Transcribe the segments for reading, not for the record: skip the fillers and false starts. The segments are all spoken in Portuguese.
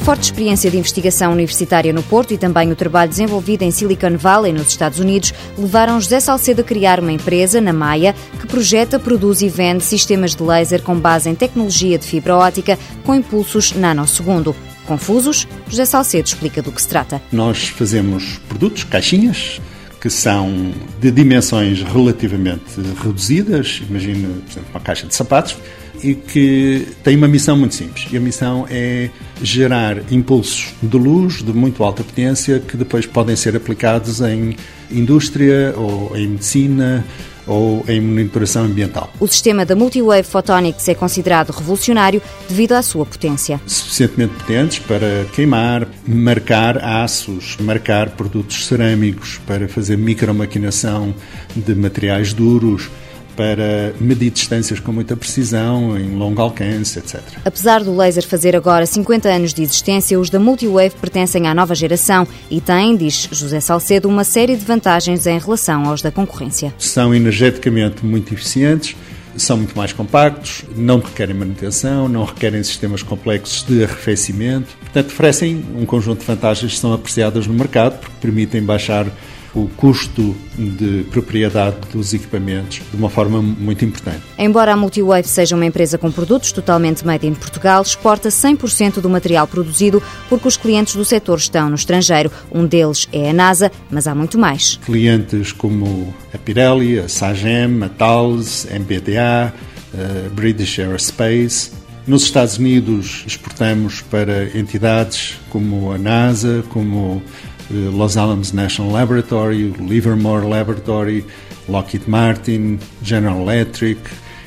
forte experiência de investigação universitária no Porto e também o trabalho desenvolvido em Silicon Valley, nos Estados Unidos, levaram José Salcedo a criar uma empresa, na Maia, que projeta, produz e vende sistemas de laser com base em tecnologia de fibra óptica com impulsos nanosegundo. Confusos? José Salcedo explica do que se trata. Nós fazemos produtos, caixinhas, que são de dimensões relativamente reduzidas, imagine, por exemplo, uma caixa de sapatos, e que tem uma missão muito simples. E a missão é gerar impulsos de luz de muito alta potência que depois podem ser aplicados em indústria ou em medicina ou em monitoração ambiental. O sistema da Multiwave Photonics é considerado revolucionário devido à sua potência. Suficientemente potentes para queimar, marcar aços, marcar produtos cerâmicos, para fazer micromaquinação de materiais duros, para medir distâncias com muita precisão, em longo alcance, etc. Apesar do laser fazer agora 50 anos de existência, os da Multiwave pertencem à nova geração e têm, diz José Salcedo, uma série de vantagens em relação aos da concorrência. São energeticamente muito eficientes, são muito mais compactos, não requerem manutenção, não requerem sistemas complexos de arrefecimento. Portanto, oferecem um conjunto de vantagens que são apreciadas no mercado, porque permitem baixar o custo de propriedade dos equipamentos de uma forma muito importante. Embora a Multiwave seja uma empresa com produtos totalmente made in Portugal, exporta 100% do material produzido porque os clientes do setor estão no estrangeiro. Um deles é a NASA, mas há muito mais. Clientes como a Pirelli, a Sagem, a Thales, a MBDA, a British Aerospace. Nos Estados Unidos exportamos para entidades como a NASA, como Los Alamos National Laboratory, Livermore Laboratory, Lockheed Martin, General Electric.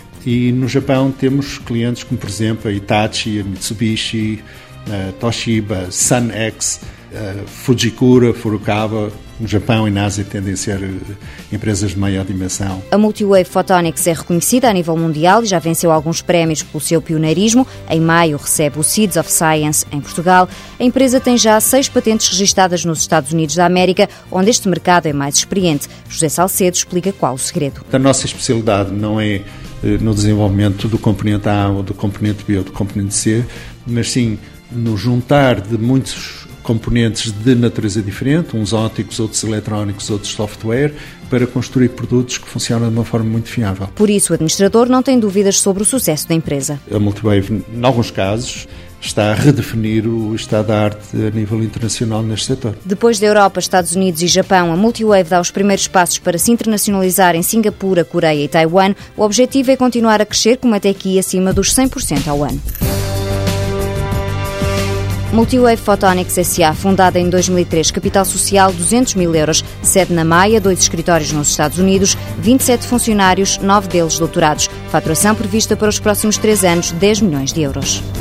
E no Japão temos clientes como, por exemplo, a Hitachi, a Mitsubishi, a Toshiba, a Sun-X, a Fujikura, Furukawa. No Japão e na Ásia tendem a ser empresas de maior dimensão. A Multiwave Photonics é reconhecida a nível mundial e já venceu alguns prémios pelo seu pioneirismo. Em maio recebe o Seeds of Science em Portugal. A empresa tem já 6 patentes registadas nos Estados Unidos da América, onde este mercado é mais experiente. José Salcedo explica qual o segredo. A nossa especialidade não é no desenvolvimento do componente A ou do componente B ou do componente C, mas sim no juntar de muitos componentes de natureza diferente, uns ópticos, outros eletrónicos, outros software, para construir produtos que funcionam de uma forma muito fiável. Por isso, o administrador não tem dúvidas sobre o sucesso da empresa. A Multiwave, em alguns casos, está a redefinir o estado da arte a nível internacional neste setor. Depois da Europa, Estados Unidos e Japão, a Multiwave dá os primeiros passos para se internacionalizar em Singapura, Coreia e Taiwan. O objetivo é continuar a crescer com uma TQI acima dos 100% ao ano. Multiwave Photonics S.A., fundada em 2003, capital social 200 mil euros, sede na Maia, 2 escritórios nos Estados Unidos, 27 funcionários, 9 deles doutorados. Faturação prevista para os próximos 3 anos, 10 milhões de euros.